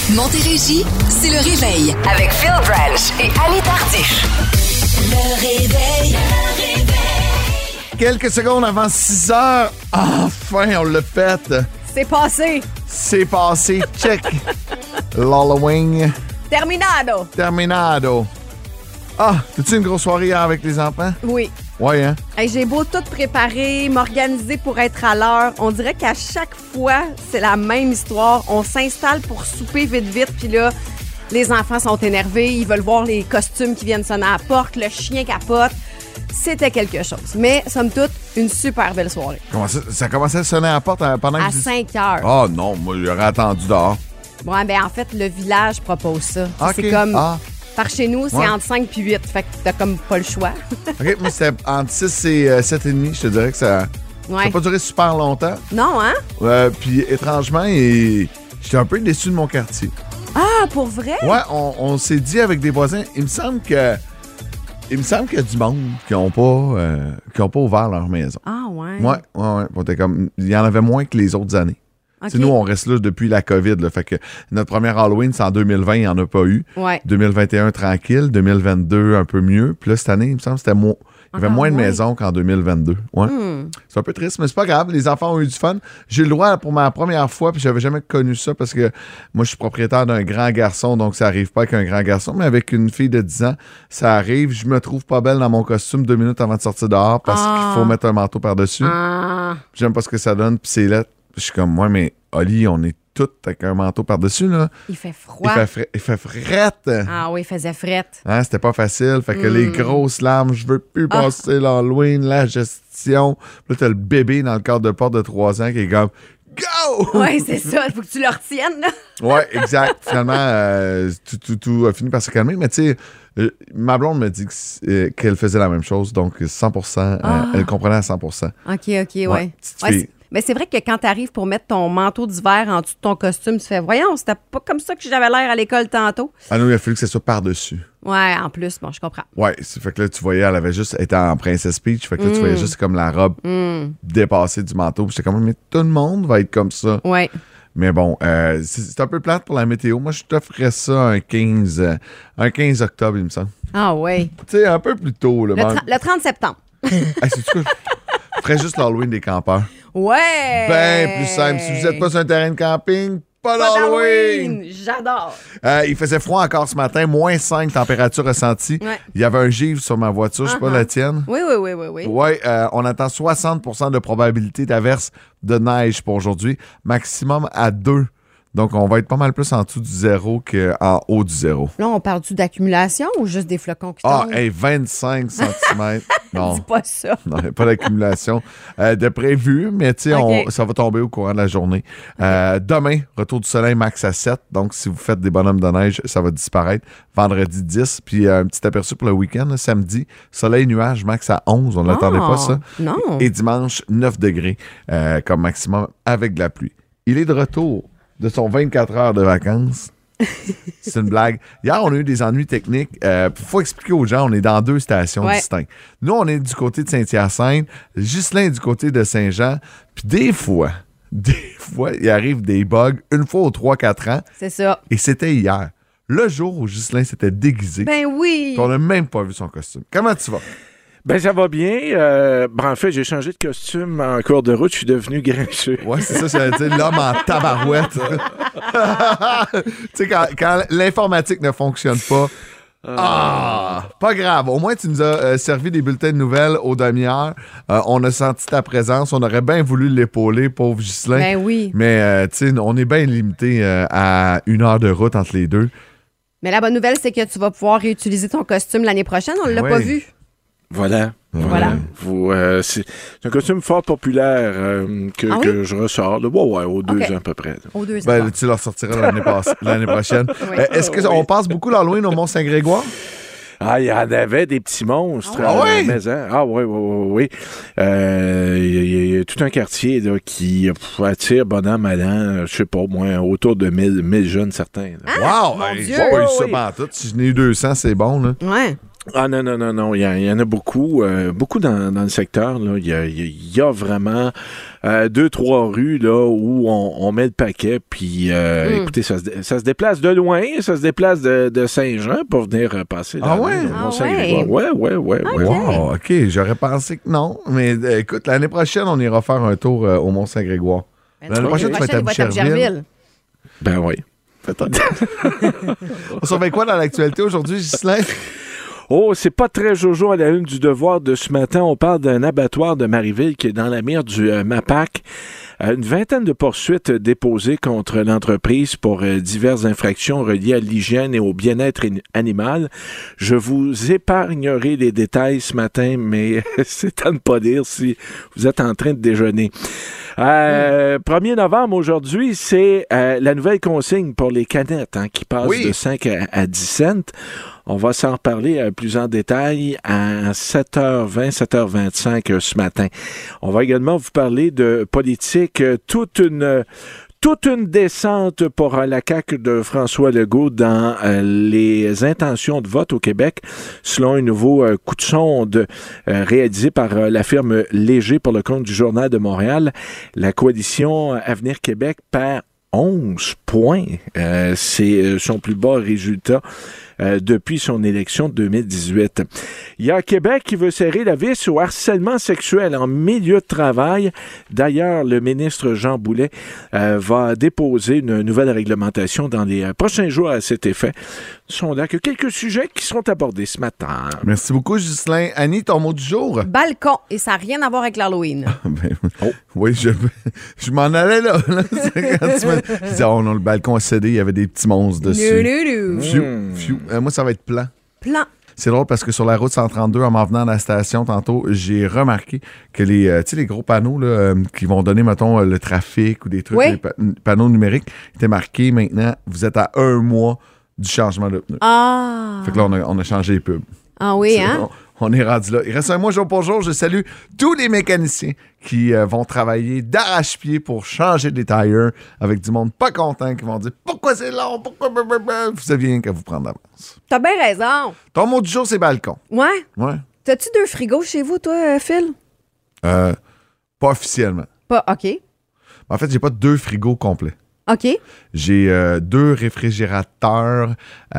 Montérégie, c'est le réveil. Avec Phil Branch et Annie Tardif. Le réveil. Quelques secondes avant 6 heures, enfin, on l'a fait. C'est passé. C'est passé. Check. L'Halloween. Terminado. T'as-tu une grosse soirée hier avec les enfants? Oui. Ouais, hein? Hey, j'ai beau tout préparer, m'organiser pour être à l'heure. On dirait qu'à chaque fois, c'est la même histoire. On s'installe pour souper vite, puis là, les enfants sont énervés. Ils veulent voir les costumes qui viennent sonner à la porte. Le chien capote. C'était quelque chose. Mais, somme toute, une super belle soirée. Comment ça commençait à sonner à la porte pendant À que... 5 heures. Ah non, moi, j'aurais attendu dehors. Ouais, ben en fait, le village propose ça. OK. C'est comme... Ah. Par chez nous, c'est Ouais. entre 5 puis 8. Fait que t'as comme pas le choix. OK, moi, c'était entre 6 et 7,5. Je te dirais que ça Ouais. n'a pas duré super longtemps. Non, hein? Puis, étrangement, j'étais un peu déçu de mon quartier. Ah, pour vrai? Ouais, on s'est dit avec des voisins, il me semble qu'il y a du monde qui n'ont pas ouvert leur maison. Ah, ouais. Ouais. On était comme, il y en avait moins que les autres années. OK. Nous, on reste là depuis la COVID. Là, fait que notre première Halloween, c'est en 2020, il n'y en a pas eu. Ouais. 2021, tranquille. 2022, un peu mieux. Puis là, cette année, il me semble que c'était il y avait Encore moins de moins. maisons qu'en 2022. Ouais. C'est un peu triste, mais c'est pas grave. Les enfants ont eu du fun. J'ai eu le droit pour ma première fois, puis j'avais jamais connu ça parce que moi, je suis propriétaire d'un grand garçon, donc ça arrive pas avec un grand garçon, mais avec une fille de 10 ans, ça arrive. Je me trouve pas belle dans mon costume 2 minutes avant de sortir dehors parce qu'il faut mettre un manteau par-dessus. J'aime pas ce que ça donne, puis c'est là. Je suis comme, moi, mais Oli, on est tous avec un manteau par-dessus, là. Il fait froid. Il fait frette. Ah oui, il faisait frette. Hein, c'était pas facile. Fait que les grosses larmes, je veux plus passer l'Halloween, la gestion. Puis là, t'as le bébé dans le cadre de porte de 3 ans qui est comme go! Oui, c'est ça. Il faut que tu le retiennes, là. Ouais, exact. Finalement, tout a fini par se calmer. Mais tu sais, ma blonde me dit qu'elle faisait la même chose. Donc, 100%, elle comprenait à 100%. OK, ouais. petite Ouais, fille. mais c'est vrai que quand t'arrives pour mettre ton manteau d'hiver en dessous de ton costume, tu fais, voyons, c'était pas comme ça que j'avais l'air à l'école tantôt. Ah non, il a fallu que ça soit par-dessus. Ouais, en plus, bon, je comprends. Ouais, fait que là, tu voyais, elle avait juste été en Princess Peach. Fait que là, tu voyais juste comme la robe dépassée du manteau. Puis j'étais comme, mais tout le monde va être comme ça. Ouais. Mais bon, c'est un peu plate pour la météo. Moi, je t'offrais ça un 15 octobre, il me semble. Ah ouais. Tu sais, un peu plus tôt. Là, Le 30 septembre. c'est-tu quoi? Je ferais juste l'Halloween des campeurs. Ouais. Ben plus simple. Si vous n'êtes pas sur un terrain de camping, pas Pas d'Halloween! J'adore. Il faisait froid encore ce matin, -5 température ressentie. Ouais. Il y avait un givre sur ma voiture, je sais pas la tienne. Oui. Ouais, on attend 60% de probabilité d'averse de neige pour aujourd'hui, maximum à 2. Donc, on va être pas mal plus en dessous du 0 qu'en haut du 0. Là, on parle-tu d'accumulation ou juste des flocons qui tombent? 25 cm. Non. Dis pas ça. Non, il n'y a pas d'accumulation de prévu, mais tu sais, OK. ça va tomber au courant de la journée. Demain, retour du soleil max à 7. Donc, si vous faites des bonhommes de neige, ça va disparaître. Vendredi 10. Puis, un petit aperçu pour le week-end, là, samedi, soleil, nuage, max à 11. On ne l'attendait pas, ça. Non. Et dimanche, 9 degrés comme maximum avec de la pluie. Il est de retour de son 24 heures de vacances. C'est une blague. Hier, on a eu des ennuis techniques. Il faut expliquer aux gens, on est dans 2 stations distinctes. Nous, on est du côté de Saint-Hyacinthe, Ghislain est du côté de Saint-Jean. Puis des fois, il arrive des bugs une fois aux 3-4 ans. C'est ça. Et c'était hier. Le jour où Ghislain s'était déguisé. Ben oui. On n'a même pas vu son costume. Comment tu vas? Ben, ça va bien. En fait, j'ai changé de costume en cours de route. Je suis devenu grincheux. Ouais, c'est ça, j'allais dire, l'homme en tabarouette. Tu sais, quand l'informatique ne fonctionne pas, pas grave. Au moins, tu nous as servi des bulletins de nouvelles aux demi-heures. On a senti ta présence. On aurait bien voulu l'épauler, pauvre Ghislain. Ben oui. Mais, tu sais, on est bien limité à 1 heure de route entre les deux. Mais la bonne nouvelle, c'est que tu vas pouvoir réutiliser ton costume l'année prochaine. On ne l'a pas vu. Voilà. C'est un costume fort populaire que je ressors. Là. Ouais, aux 2 ans à peu près. Aux 2 ans. Ben, tu le ressortiras l'année prochaine. Oui. Est-ce qu'on passe beaucoup l'Halloween au Mont-Saint-Grégoire? Ah, il y en avait des petits monstres. Ah oui? Oui. Il y a tout un quartier là, qui attire bon an, mal an, je sais pas, moi, autour de 1000 jeunes certains. Là. Wow! mon Hey, Dieu! j'ai pas eu ça Oui. pantoute. Si je n'ai eu 200, c'est bon, là. Ouais. Ah non. Il y en a beaucoup dans le secteur. Là. Il y a vraiment 2-3 rues là, où on met le paquet. Puis, écoutez, ça se déplace de loin. Ça se déplace de Saint-Jean pour venir passer. Ah ouais? Au Mont-Saint-Grégoire. Ouais. Wow, OK. J'aurais pensé que non. Mais écoute, l'année prochaine, on ira faire un tour au Mont-Saint-Grégoire. L'année prochaine, tu vas être à Boucherville. Ben oui. On surveille quoi dans l'actualité aujourd'hui, Ghislain? Oh, c'est pas très jojo à la une du Devoir de ce matin. On parle d'un abattoir de Marieville qui est dans la mire du MAPAC. Une vingtaine de poursuites déposées contre l'entreprise pour diverses infractions reliées à l'hygiène et au bien-être animal. Je vous épargnerai les détails ce matin, mais c'est à ne pas dire si vous êtes en train de déjeuner. 1er novembre, aujourd'hui, c'est la nouvelle consigne pour les canettes qui passe de 5 à 10 cents. On va s'en reparler plus en détail à 7h20, 7h25 ce matin. On va également vous parler de politique, toute une descente pour la CAQ de François Legault dans les intentions de vote au Québec, selon un nouveau coup de sonde réalisé par la firme Léger pour le compte du Journal de Montréal. La coalition Avenir Québec perd 11 points. C'est son plus bas résultat depuis son élection de 2018. Il y a Québec qui veut serrer la vis au harcèlement sexuel en milieu de travail. D'ailleurs, le ministre Jean Boulet va déposer une nouvelle réglementation dans les prochains jours à cet effet. Ce sont là que quelques sujets qui seront abordés ce matin. Merci beaucoup, Ghislain. Annie, ton mot du jour? Balcon. Et ça n'a rien à voir avec l'Halloween. Oui, je m'en allais là. Quand tu me disais, oh non, le balcon a cédé, il y avait des petits monstres dessus. Fiu. Moi, ça va être plan. C'est drôle parce que sur la route 132, en m'en venant à la station tantôt, j'ai remarqué que les gros panneaux là, qui vont donner, mettons, le trafic ou des trucs, les panneaux numériques, étaient marqués maintenant, vous êtes à 1 mois du changement de pneus. Ah! Fait que là, on a changé les pubs. Ah oui, hein? On est rendu là. Il reste un mois jour pour jour. Je salue tous les mécaniciens qui vont travailler d'arrache-pied pour changer des tires avec du monde pas content qui vont dire « Pourquoi c'est long? Pourquoi? » Vous aviez rien qu'à vous prendre d'avance. T'as bien raison. Ton mot du jour, c'est balcon. Ouais? Ouais. T'as-tu 2 frigos chez vous, toi, Phil? Pas officiellement. Pas, OK. En fait, j'ai pas 2 frigos complets. OK. J'ai 2 réfrigérateurs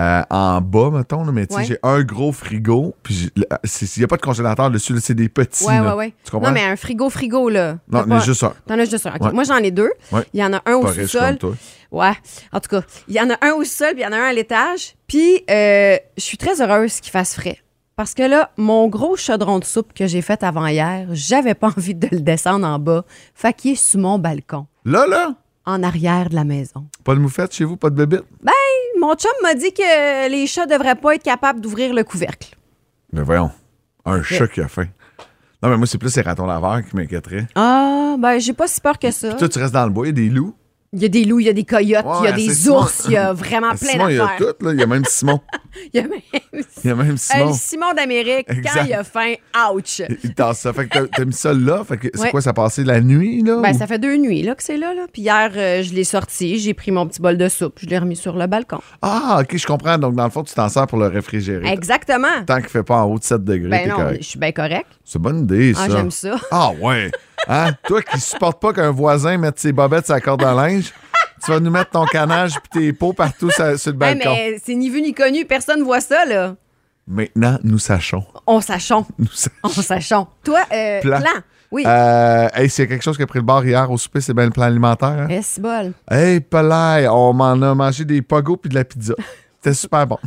en bas, mettons, là, mais tu sais, j'ai un gros frigo, puis il n'y a pas de congélateur dessus, là, c'est des petits. Ouais. Tu comprends? Non, mais un frigo, là. Non, il y en a juste un. T'en as juste un. OK. Ouais. Moi, j'en ai 2. Ouais. Il y en a un au sous-sol. Ouais. En tout cas, il y en a un au sol, puis il y en a un à l'étage. Puis, je suis très heureuse qu'il fasse frais. Parce que là, mon gros chaudron de soupe que j'ai fait avant hier, j'avais pas envie de le descendre en bas. Fait qu'il est sous mon balcon. Là? En arrière de la maison. Pas de moufette chez vous, pas de bébite? Ben, mon chum m'a dit que les chats devraient pas être capables d'ouvrir le couvercle. Mais voyons, un chat qui a faim. Non, mais moi, c'est plus les ratons laveurs qui m'inquiéteraient. Ah, ben, j'ai pas si peur que ça. Puis toi, tu restes dans le bois, il y a des loups. Il y a des loups, il y a des coyotes, il y a des ours, il y a vraiment plein Simon, d'affaires. il y a tout, là. Il y a même Simon. Il y a même Simon. Simon d'Amérique, Exact. quand il a faim, ouch! Il tasse ça. Fait que t'as mis ça là. Fait que c'est quoi, ça a passé la nuit, là? Ben, ça fait 2 nuits là, que c'est là. Puis hier, je l'ai sorti, j'ai pris mon petit bol de soupe, je l'ai remis sur le balcon. Ah, OK, je comprends. Donc, dans le fond, tu t'en sers pour le réfrigérer. Exactement. Tant qu'il ne fait pas en haut de 7 degrés, Ben t'es non, correct. je suis bien correct. C'est une bonne idée, ça. Ah, j'aime ça. Ah, ouais. Hein? Toi qui supportes pas qu'un voisin mette ses bobettes sur la corde à linge, tu vas nous mettre ton canage puis tes pots partout sur le balcon. Mais c'est ni vu ni connu, personne voit ça, là. Maintenant, nous sachons. On sachons. Nous sachons. On sachons. Toi, plan. Oui. Hey, s'il y a quelque chose qui a pris le bord hier au souper, c'est bien le plan alimentaire. Hein? C'est bol. Hey, Pelay, on m'en a mangé des pogos puis de la pizza. C'était super bon.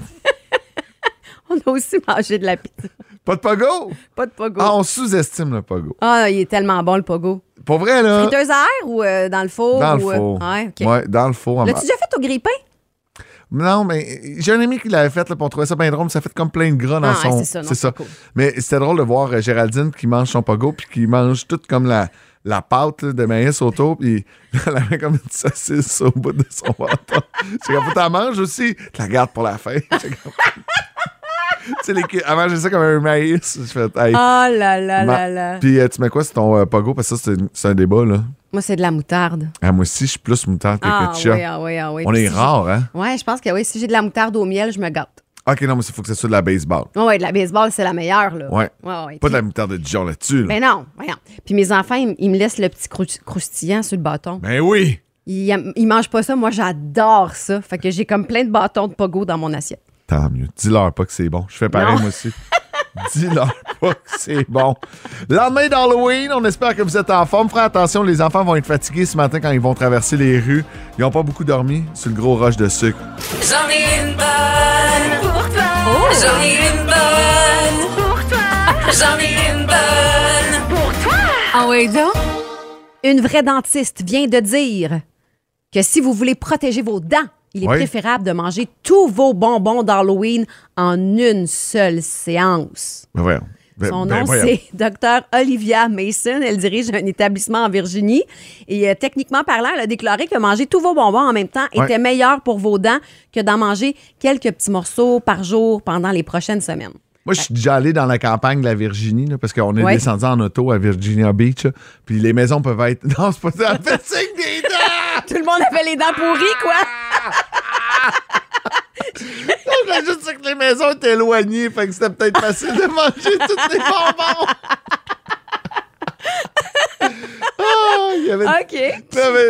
On a aussi mangé de la pizza. Pas de pogo? Pas de pogo. Ah, on sous-estime le pogo. Ah, il est tellement bon, le pogo. Pour vrai, là. Friteuse à air ou dans le four? Dans le four. Ouais, OK. Ouais, dans le four. L'as-tu déjà fait au grille-pain? Non, mais j'ai un ami qui l'avait fait, là, pour trouver ça bien drôle, mais ça fait comme plein de gras dans son... C'est ça, non, c'est ça. cool. Mais c'était drôle de voir Géraldine qui mange son pogo puis qui mange tout comme la pâte là, de maïs autour, puis elle avait comme une saucisse au bout de son bâton. C'est comme, faut t'en manges aussi. Tu la gardes pour la fin. Tu sais, elle mangeait ça comme un maïs. Je fais, hey. Oh là là là là. Puis tu mets quoi sur ton pogo? Parce que ça, c'est un débat, là. Moi, c'est de la moutarde. Ah, moi aussi, je suis plus moutarde que ketchup. Oui. On est rare, hein? Ouais, je pense que oui. Si j'ai de la moutarde au miel, je me gâte. OK, non, mais il faut que ce soit de la baseball. Oui, de la baseball, c'est la meilleure, là. Ouais. Ouais. Pas de la moutarde de Dijon là-dessus. Là. Ben non, voyons. Puis mes enfants, ils me laissent le petit croustillant sur le bâton. Ben oui! Ils mangent pas ça. Moi, j'adore ça. Fait que j'ai comme plein de bâtons de pogo dans mon assiette. Tant mieux. Dis-leur pas que c'est bon. Je fais pareil, moi aussi. Dis-leur pas que c'est bon. Lendemain d'Halloween, on espère que vous êtes en forme. Frère, attention, les enfants vont être fatigués ce matin quand ils vont traverser les rues. Ils n'ont pas beaucoup dormi sur le gros rush de sucre. J'en ai une bonne pour toi. J'en ai une bonne pour toi. J'en ai une bonne pour toi. Ah oui, donc? Une vraie dentiste vient de dire que si vous voulez protéger vos dents, il est préférable de manger tous vos bonbons d'Halloween en une seule séance. Ben voyons. Son nom, c'est Dr. Olivia Mason. Elle dirige un établissement en Virginie. Et techniquement parlant, elle a déclaré que manger tous vos bonbons en même temps était meilleur pour vos dents que d'en manger quelques petits morceaux par jour pendant les prochaines semaines. Moi, je suis déjà allé dans la campagne de la Virginie, là, parce qu'on est descendu en auto à Virginia Beach. Là, puis les maisons peuvent être... Non, c'est pas ça. Elle fait signe des dents! Tout le monde avait les dents pourries, quoi! Je voulais juste dire que les maisons étaient éloignées, fait que c'était peut-être facile de manger tous les bonbons. Il y avait... OK.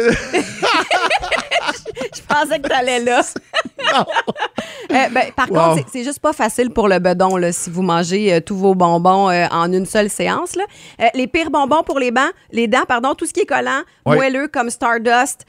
Je pensais que t'allais là. Non. Par contre, c'est juste pas facile pour le bedon là, si vous mangez tous vos bonbons en une seule séance. Là. Les pires bonbons pour les dents, tout ce qui est collant, moelleux comme Starburst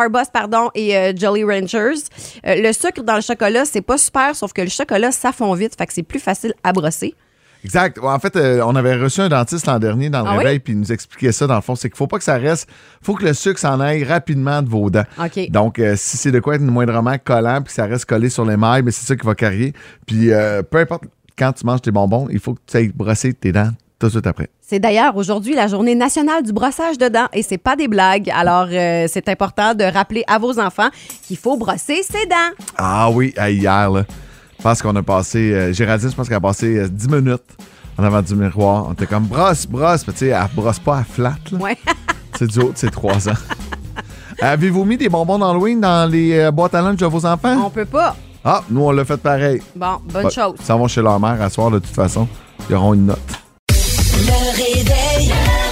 et Jolly Ranchers. Le sucre dans le chocolat, c'est pas super, sauf que le chocolat, ça fond vite, fait que c'est plus facile à brosser. Exact. En fait, on avait reçu un dentiste l'an dernier dans le réveil, puis il nous expliquait ça, dans le fond. C'est qu'il faut pas que ça reste... faut que le sucre s'en aille rapidement de vos dents. Okay. Donc, si c'est de quoi être moindrement collant, puis que ça reste collé sur l'émail, mais c'est ça qui va carrier. Puis, peu importe quand tu manges tes bonbons, il faut que tu ailles brosser tes dents tout de suite après. C'est d'ailleurs aujourd'hui la journée nationale du brossage de dents et c'est pas des blagues. Alors, c'est important de rappeler à vos enfants qu'il faut brosser ses dents. Ah oui, hier, là. Je pense qu'on a passé... Géraldine, je pense qu'elle a passé 10 minutes en avant du miroir. On était comme brosse. Mais tu sais, elle brosse pas, elle flatte. Là. Ouais. C'est du haut de ses 3 ans. Avez-vous mis des bonbons d'Halloween dans les boîtes à lunch de vos enfants? On peut pas. Ah, nous, on l'a fait pareil. Bon, bonne chose. Ils s'en vont chez leur mère à soir, de toute façon. Ils auront une note. Le réveil.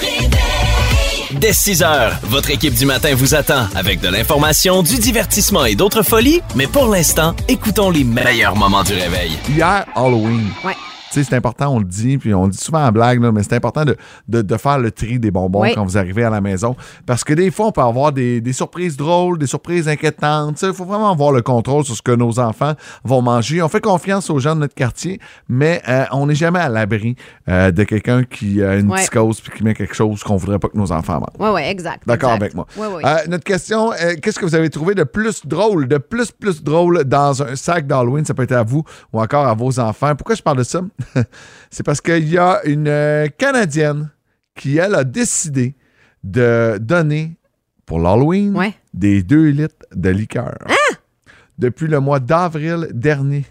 Dès 6 heures, votre équipe du matin vous attend avec de l'information, du divertissement et d'autres folies. Mais pour l'instant, écoutons les meilleurs moments du réveil. Hier, Halloween. Ouais. Tu sais, c'est important, on le dit, puis on le dit souvent en blague, là, mais c'est important de faire le tri des bonbons quand vous arrivez à la maison. Parce que des fois, on peut avoir des surprises drôles, des surprises inquiétantes. Il faut vraiment avoir le contrôle sur ce que nos enfants vont manger. On fait confiance aux gens de notre quartier, mais on n'est jamais à l'abri de quelqu'un qui a une psychose puis qui met quelque chose qu'on voudrait pas que nos enfants mangent. Oui, exact. D'accord avec moi. Oui. Notre question, qu'est-ce que vous avez trouvé de plus drôle, plus drôle dans un sac d'Halloween? Ça peut être à vous ou encore à vos enfants. Pourquoi je parle de ça? C'est parce qu'il y a une Canadienne qui, elle, a décidé de donner pour l'Halloween des 2 litres de liqueur. Hein? Depuis le mois d'avril dernier.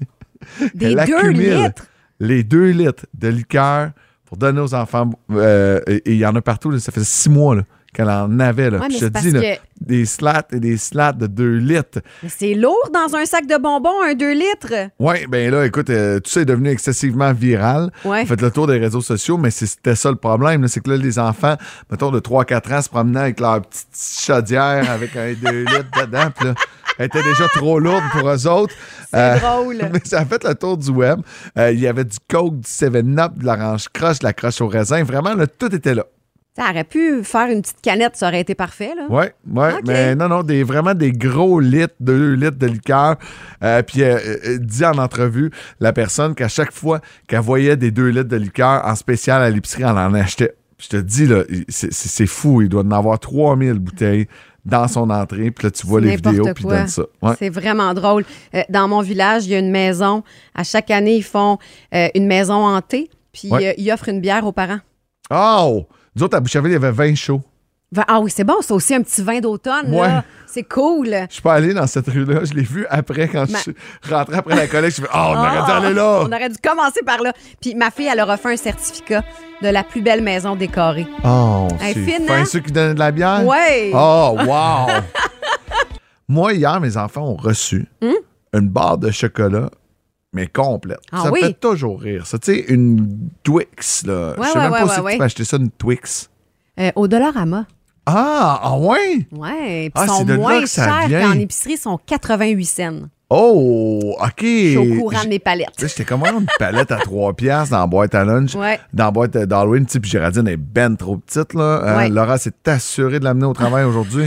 Des 2 litres? Les 2 litres de liqueur pour donner aux enfants. Et il y en a partout. Là, ça fait 6 mois là, qu'elle en avait. Là. Je te dis, là, des slats et des slats de 2 litres. Mais c'est lourd dans un sac de bonbons, un 2 litres. Oui, bien là, écoute, tout ça est devenu excessivement viral. Ouais. Faites le tour des réseaux sociaux, mais c'était ça le problème. Là, c'est que là, les enfants, mettons, de 3-4 ans, se promenaient avec leur petite chaudière avec un 2 litres dedans. Puis là, elle était déjà trop lourde pour eux autres. C'est drôle. Mais ça a fait le tour du web. Il y avait du Coke, du 7-Up, de l'orange crush, de la croche au raisin. Vraiment, là, tout était là. Ça aurait pu faire une petite canette, ça aurait été parfait, là. Oui, Okay. Mais non, vraiment des gros litres, 2 litres de liqueur. Puis dit en entrevue, la personne qu'à chaque fois qu'elle voyait des 2 litres de liqueur en spécial à l'épicerie, elle en achetait. Je te dis, là, c'est fou. Il doit en avoir 3000 bouteilles dans son entrée. Puis là, tu vois les vidéos, puis ils donnent ça. Ouais. C'est vraiment drôle. Dans mon village, il y a une maison. À chaque année, ils font une maison hantée, puis ils offrent une bière aux parents. Oh! Nous autres, à Boucherville, il y avait 20 shows. Ah oui, c'est bon, c'est aussi un petit vin d'automne. Là. C'est cool. Je suis pas allé dans cette rue-là. Je l'ai vu après, quand je suis rentré après la collègue. Je me suis dit, on aurait dû aller là. On aurait dû commencer par là. Puis ma fille, elle leur a fait un certificat de la plus belle maison décorée. Oh, c'est fine, fin, hein? ceux qui donnaient de la bière? Oui. Oh, wow! Moi, hier, mes enfants ont reçu une barre de chocolat mais complète. Ah Ça oui? me fait toujours rire. Ça, tu sais, une Twix, là. Ouais, Je sais même pas ouais, si ouais. tu peux acheter ça, une Twix. Au Dollarama. Ah ouais? Ouais, puis Ah, sont c'est de là moins que ça chers vient. qu'en épicerie, sont 88 cents. Oh, OK. Je suis au courant de mes palettes. Tu sais, j'étais comme une palette à 3 piastres dans la boîte à lunch. Ouais. Dans la boîte d'Halloween, tu sais, puis Géraldine est ben trop petite, là. Hein? Ouais. Laura s'est assurée de l'amener au travail aujourd'hui.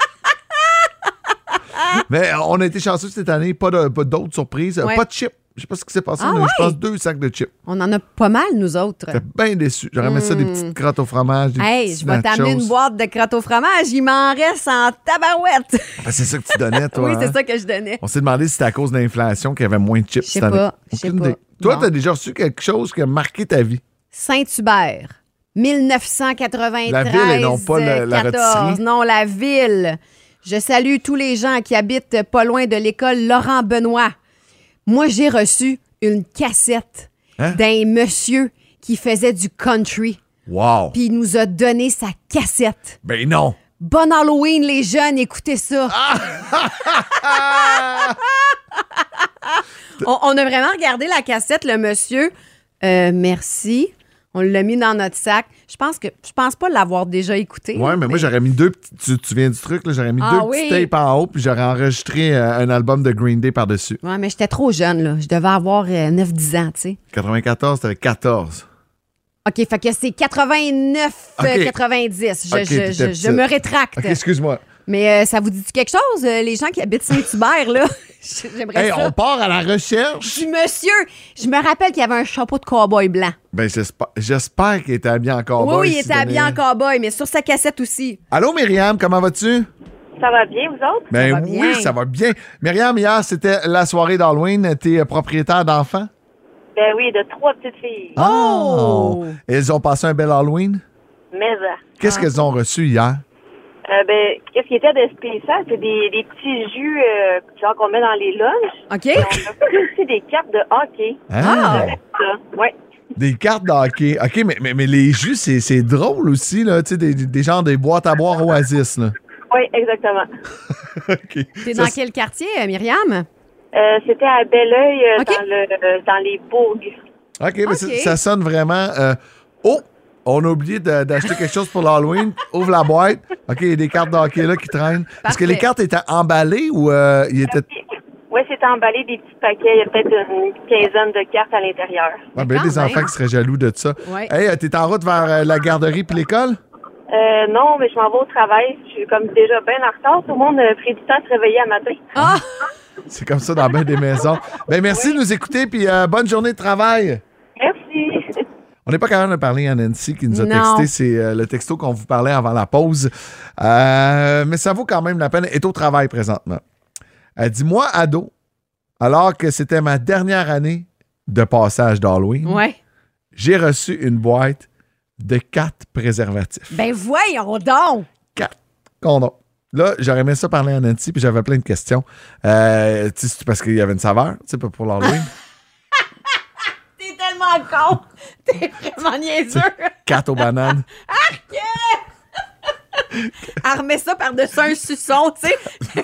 Mais on a été chanceux cette année, pas d'autres surprises, Ouais. pas de chips. Je sais pas ce qui s'est passé, Ah on a eu, ouais? je pense, 2 sacs de chips. On en a pas mal, nous autres. J'étais bien déçu. J'aurais mis ça des petites crottes au fromage, des Hey, petits je vais t'amener nachos. une boîte de crottes au fromage. Il m'en reste en tabarouette. Ben, c'est ça que tu donnais, toi. Oui, hein? c'est ça que je donnais. On s'est demandé si c'était à cause de l'inflation qu'il y avait moins de chips Je sais cette année. pas, je sais Aucune pas. idée. Toi, Bon. t'as déjà reçu quelque chose qui a marqué ta vie. Saint-Hubert, 1993. La ville et non pas la 14. rôtisserie. Non, la ville. Je salue tous les gens qui habitent pas loin de l'école Laurent Benoît. Moi, j'ai reçu une cassette Hein? d'un monsieur qui faisait du country. Wow. Puis il nous a donné sa cassette. Ben non. Bon Halloween, les jeunes, écoutez ça. On a vraiment regardé la cassette, le monsieur. Merci. On l'a mis dans notre sac. Je pense pas l'avoir déjà écouté. Ouais, mais moi, j'aurais mis deux petits. Tu viens du truc, là, j'aurais mis Ah deux oui. petits tapes en haut, puis j'aurais enregistré un album de Green Day par-dessus. Ouais, mais j'étais trop jeune, là. Je devais avoir 9-10 ans, tu sais. 94, t'avais 14. OK, fait que c'est 89, OK. 90. OK, puis t'es Je petite. me rétracte. OK, excuse-moi. Mais ça vous dit quelque chose, les gens qui habitent Saint-Hubert, là? J'aimerais Hey, ça. on part à la recherche. Du monsieur, je me rappelle qu'il y avait un chapeau de cow-boy blanc. Ben, j'espère qu'il était habillé en cowboy. Oui, il s'il était habillé donnait- en cow-boy, mais sur sa cassette aussi. Allô, Myriam, comment vas-tu? Ça va bien, vous autres? Ben va oui, bien. ça va bien. Myriam, hier, c'était la soirée d'Halloween. T'es propriétaire d'enfants? Ben oui, de 3 petites filles. Oh! Elles ont passé un bel Halloween? Mais, Qu'est-ce qu'elles ont reçu hier? ben, qu'est-ce qui était de spécial? C'est des petits jus genre qu'on met dans les lunchs. OK? On a aussi des cartes de hockey. Ah! Ça. Ouais. Des cartes de hockey. OK, mais les jus, c'est drôle aussi, là. Tu sais, des genres des boîtes à boire Oasis, là. Oui, exactement. OK. T'es Ça, dans quel quartier, Myriam? C'était à Belleuil, OK. dans les bourgs. OK, mais OK. ça sonne vraiment... Oh! On a oublié d'acheter quelque chose pour l'Halloween. Ouvre la boîte. OK, il y a des cartes de hockey là qui traînent. Est-ce que Parfait. les cartes étaient emballées ou ils étaient... Oui, c'est emballé des petits paquets. Il y a peut-être une quinzaine de cartes à l'intérieur. Ah, ben, Quand des même. enfants qui seraient jaloux de ça. Ouais. Hey, t'es en route vers la garderie puis l'école? Non, mais je m'en vais au travail. Je suis comme déjà bien en retard. Tout le monde a pris du temps de se réveiller à matin. Ah! C'est comme ça dans bien des maisons. Ben merci de nous écouter puis bonne journée de travail. Merci. On n'est pas capable de parler à Nancy qui nous a Non. texté. C'est le texto qu'on vous parlait avant la pause. Mais ça vaut quand même la peine. Elle est au travail présentement. Elle dit, moi, ado, alors que c'était ma dernière année de passage d'Halloween, Ouais. j'ai reçu une boîte de 4 préservatifs. Ben voyons donc! 4 condoms. Là, j'aurais aimé ça parler à Nancy, puis j'avais plein de questions. Tu sais, c'est parce qu'il y avait une saveur, tu sais, pour l'Halloween. T'es tellement con! T'es vraiment niaiseux! 4 aux bananes. Elle remet ça par-dessus un suçon, tu sais.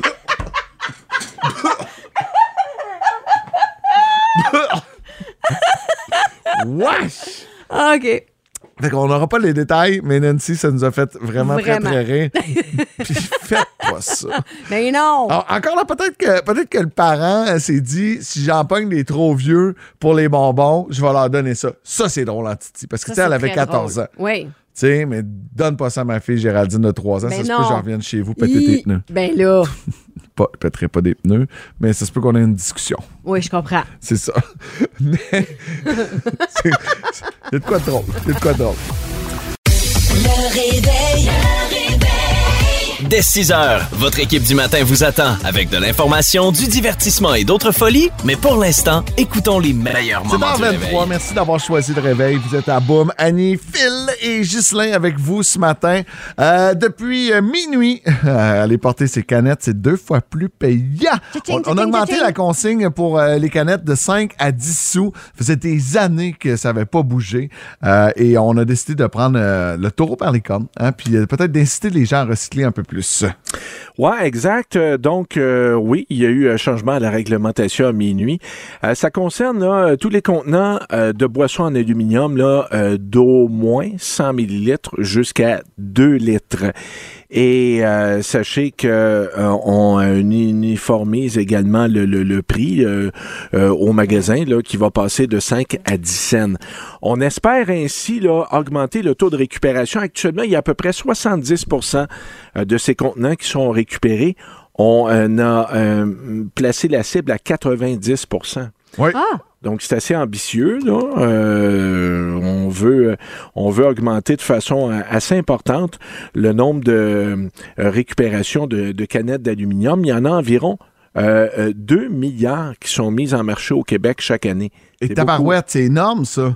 Wesh! OK. Fait qu'on n'aura pas les détails, mais Nancy, ça nous a fait vraiment, Vraiment. très, très rire. Puis faites pas ça. Mais non! Alors, encore là, peut-être que le parent s'est dit, si j'en pogne des trop vieux pour les bonbons, je vais leur donner ça. Ça, c'est drôle en Titi. Parce que, Ça, tu sais, elle c'est avait très 14 drôle. ans. Oui. Tu sais, mais donne pas ça à ma fille Géraldine de 3 ans. Ben ça se peut non. que j'en revienne chez vous péter tes pneus. Ben là, Je pèterai pas des pneus, mais ça se peut qu'on ait une discussion. oui, je comprends. C'est ça. Mais il y a de quoi de drôle. Il y a de quoi de drôle. Le réveil. Dès 6 heures, votre équipe du matin vous attend avec de l'information, du divertissement et d'autres folies. Mais pour l'instant, écoutons les meilleurs C'est moments dans du 23. réveil. Merci d'avoir choisi le réveil. Vous êtes à Boum. Annie, Phil et Ghislain avec vous ce matin. Depuis minuit, aller porter ses canettes, c'est 2 fois plus payant. Tching, On a augmenté tching. la consigne pour les canettes de 5 à 10 sous. Ça faisait des années que ça n'avait pas bougé. Et on a décidé de prendre le taureau par les cornes. Hein, puis peut-être d'inciter les gens à recycler un peu plus. plus. Oui, exact. Donc, oui, il y a eu un changement à la réglementation à minuit. Ça concerne là, tous les contenants de boissons en aluminium là, d'au moins 100 millilitres jusqu'à 2 litres. Et sachez qu'on uniformise également le prix au magasin là, qui va passer de 5 à 10 cents. On espère ainsi là, augmenter le taux de récupération. Actuellement, il y a à peu près 70% de ces contenants qui sont récupérés. On a placé la cible à 90%. Oui. Ah! Donc, c'est assez ambitieux, là. On veut augmenter de façon assez importante le nombre de récupérations de canettes d'aluminium. Il y en a environ 2 milliards qui sont mises en marché au Québec chaque année. Et C'est tabarouette, c'est énorme, ça.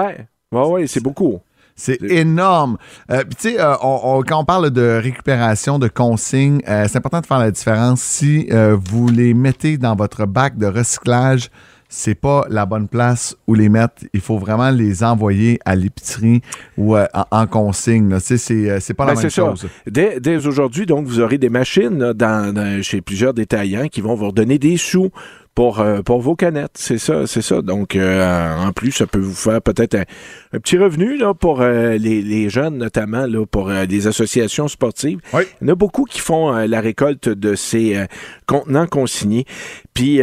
Ouais, c'est beaucoup. C'est énorme. Puis tu sais, quand on parle de récupération, de consignes, c'est important de faire la différence. Si vous les mettez dans votre bac de recyclage, c'est pas la bonne place où les mettre. Il faut vraiment les envoyer à l'épicerie ou en consigne. Là. Tu sais, c'est pas la même chose. Dès aujourd'hui, donc, vous aurez des machines là, chez plusieurs détaillants qui vont vous redonner des sous pour vos canettes. C'est ça. Donc, en plus, ça peut vous faire peut-être un petit revenu là, pour les jeunes, notamment là, pour les associations sportives. Oui. Il y en a beaucoup qui font la récolte de ces contenants consignés. Puis,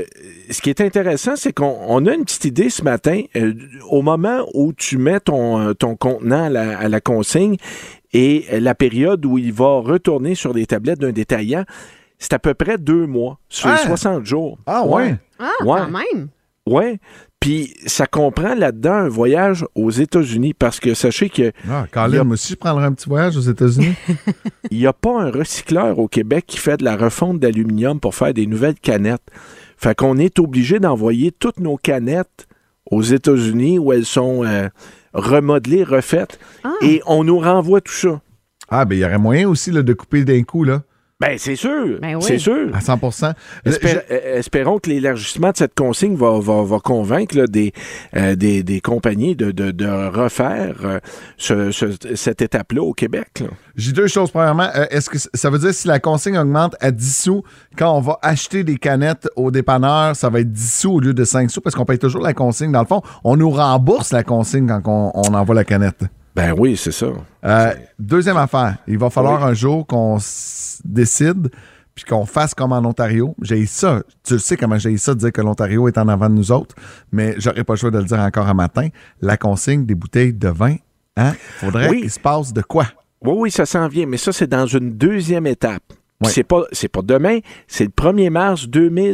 ce qui est intéressant, c'est qu'on a une petite idée ce matin. Au moment où tu mets ton contenant à la consigne et la période où il va retourner sur les tablettes d'un détaillant, c'est à peu près 2 mois, sur les 60 jours. Ah ouais? Ah, Ouais. quand même! Oui. Puis ça comprend là-dedans un voyage aux États-Unis parce que sachez que Colin, moi aussi, je prendrais un petit voyage aux États-Unis. il n'y a pas un recycleur au Québec qui fait de la refonte d'aluminium pour faire des nouvelles canettes. Fait qu'on est obligé d'envoyer toutes nos canettes aux États-Unis où elles sont remodelées, refaites, et on nous renvoie tout ça. Ah, ben il y aurait moyen aussi là, de couper d'un coup, là. Ben, c'est sûr. Ben oui. C'est sûr. À 100%. Espérons que l'élargissement de cette consigne va convaincre là, des compagnies de refaire cette étape-là au Québec. Là. J'ai 2 choses. Premièrement, est-ce que ça veut dire que si la consigne augmente à 10 sous, quand on va acheter des canettes au dépanneur, ça va être 10 sous au lieu de 5 sous parce qu'on paye toujours la consigne. Dans le fond, on nous rembourse la consigne quand on envoie la canette. Ben oui, c'est ça. Deuxième affaire, il va falloir un jour qu'on décide puis qu'on fasse comme en Ontario. J'ai ça. Tu le sais comment j'ai ça de dire que l'Ontario est en avant de nous autres, mais j'aurais pas le choix de le dire encore un matin. La consigne des bouteilles de vin, hein? Faudrait qu'il se passe de quoi? Oui, ça s'en vient, mais ça, c'est dans une deuxième étape. Oui. C'est pas demain, c'est le 1er mars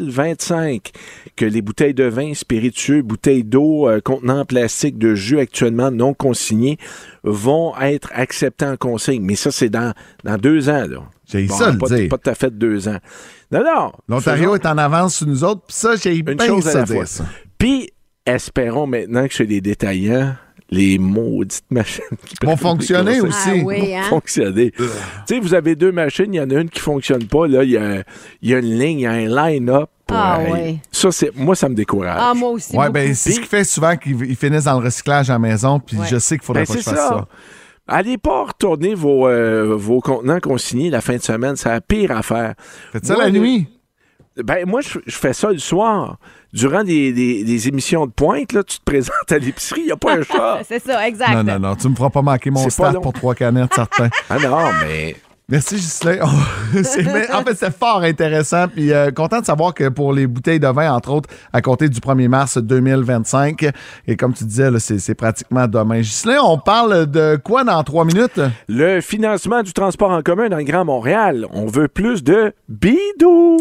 2025 que les bouteilles de vin spiritueux, bouteilles d'eau contenant plastique de jus actuellement non consignées vont être acceptées en consigne. Mais ça, c'est dans 2 ans. Là. J'ai ça le dire. Pas tout à fait 2 ans. Non. L'Ontario est en avance sur nous autres, puis ça, j'ai bien chose à ça la fois. dire ça. Puis, espérons maintenant que chez les détaillants, les maudites machines qui vont fonctionner aussi. Ah oui, hein? Fonctionner. Tu sais, vous avez 2 machines, il y en a une qui fonctionne pas. Là, il y a une ligne, il y a un line-up. Oui. Ça, moi, ça me décourage. Ah, moi aussi. Ouais, ben c'est ce qui fait souvent qu'ils finissent dans le recyclage à la maison, puis je sais qu'il faudrait pas que je fasse ça. Allez pas retourner vos contenants consignés la fin de semaine. C'est la pire affaire. Faites ça la nuit? Ben, moi, je fais ça le soir. Durant des émissions de pointe, là, tu te présentes à l'épicerie, il n'y a pas un chat. C'est ça, exact. Non, tu me feras pas manquer mon start pour 3 canettes, certain. Ah non, mais... Merci, Ghislain. En fait, c'est fort intéressant. Puis content de savoir que pour les bouteilles de vin, entre autres, à compter du 1er mars 2025, et comme tu disais, là, c'est pratiquement demain. Ghislain, on parle de quoi dans 3 minutes? Le financement du transport en commun dans le Grand Montréal. On veut plus de bidou.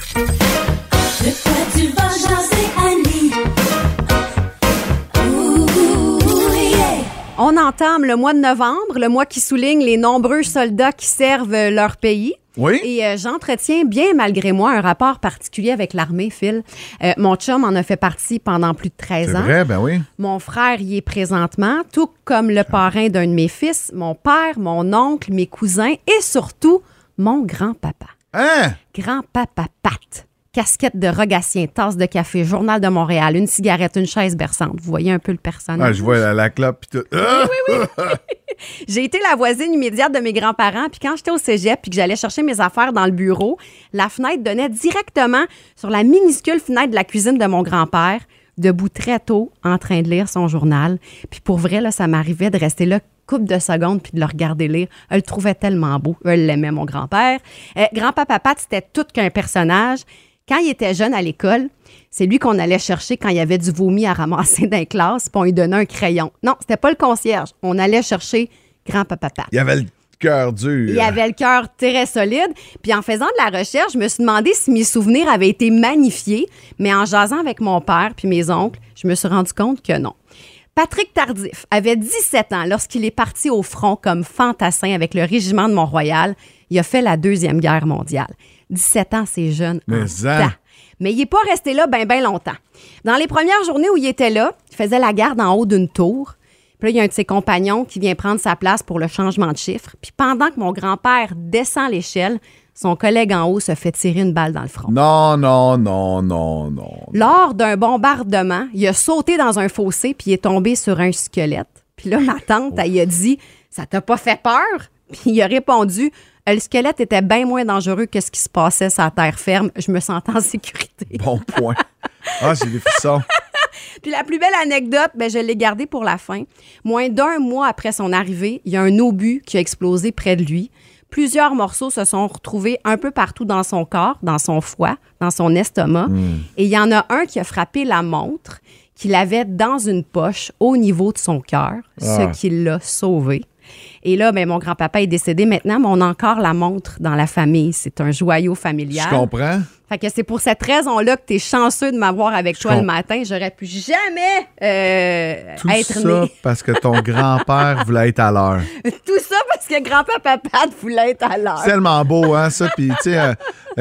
De quoi tu vas jaser, Annie? On entame le mois de novembre, le mois qui souligne les nombreux soldats qui servent leur pays. Oui. Et j'entretiens bien malgré moi un rapport particulier avec l'armée, Phil. Mon chum en a fait partie pendant plus de 13 ans. C'est vrai, ben oui. Mon frère y est présentement, tout comme le parrain d'un de mes fils, mon père, mon oncle, mes cousins et surtout mon grand-papa. Hein? Grand-papa Pat. casquette de rogatien, tasse de café, journal de Montréal, une cigarette, une chaise berçante. Vous voyez un peu le personnage. Ah, je vois la clope puis tout. J'ai été la voisine immédiate de mes grands-parents, puis quand j'étais au cégep puis que j'allais chercher mes affaires dans le bureau, la fenêtre donnait directement sur la minuscule fenêtre de la cuisine de mon grand-père, debout très tôt, en train de lire son journal. Puis pour vrai, là, ça m'arrivait de rester là couple de secondes puis de le regarder lire. Elle le trouvait tellement beau. Elle l'aimait, mon grand-père. Grand-papa Pat, c'était tout qu'un personnage. Quand il était jeune à l'école, c'est lui qu'on allait chercher quand il y avait du vomi à ramasser dans les classes, puis on lui donnait un crayon. Non, c'était pas le concierge. On allait chercher grand-papa Pat. Il avait le cœur dur. Il avait le cœur très solide. Puis en faisant de la recherche, je me suis demandé si mes souvenirs avaient été magnifiés. Mais en jasant avec mon père puis mes oncles, je me suis rendu compte que non. Patrick Tardif avait 17 ans lorsqu'il est parti au front comme fantassin avec le régiment de Mont-Royal. Il a fait la Deuxième Guerre mondiale. 17 ans, c'est jeune. Mais il n'est pas resté là bien longtemps. Dans les premières journées où il était là, il faisait la garde en haut d'une tour. Puis là, il y a un de ses compagnons qui vient prendre sa place pour le changement de chiffre. Puis pendant que mon grand-père descend l'échelle, son collègue en haut se fait tirer une balle dans le front. Non. Lors d'un bombardement, il a sauté dans un fossé puis il est tombé sur un squelette. Puis là, ma tante, elle lui a dit « Ça t'a pas fait peur? » Puis il a répondu « Le squelette était bien moins dangereux que ce qui se passait sur la terre ferme. Je me sentais en sécurité. » Bon point. Ah, j'ai des frissons. Puis la plus belle anecdote, je l'ai gardée pour la fin. Moins d'1 mois après son arrivée, il y a un obus qui a explosé près de lui. Plusieurs morceaux se sont retrouvés un peu partout dans son corps, dans son foie, dans son estomac. Et il y en a un qui a frappé la montre qu'il avait dans une poche au niveau de son cœur, ce qui l'a sauvé. Et là, mon grand-papa est décédé maintenant, mais on a encore la montre dans la famille. C'est un joyau familial. Je comprends. Fait que c'est pour cette raison-là que tu es chanceux de m'avoir avec toi le matin. J'aurais pu jamais être ça né. parce que ton grand-père voulait être à l'heure. Tout ça parce que grand-papa Pat voulait être à l'heure. C'est tellement beau, hein, ça. Puis, tu sais,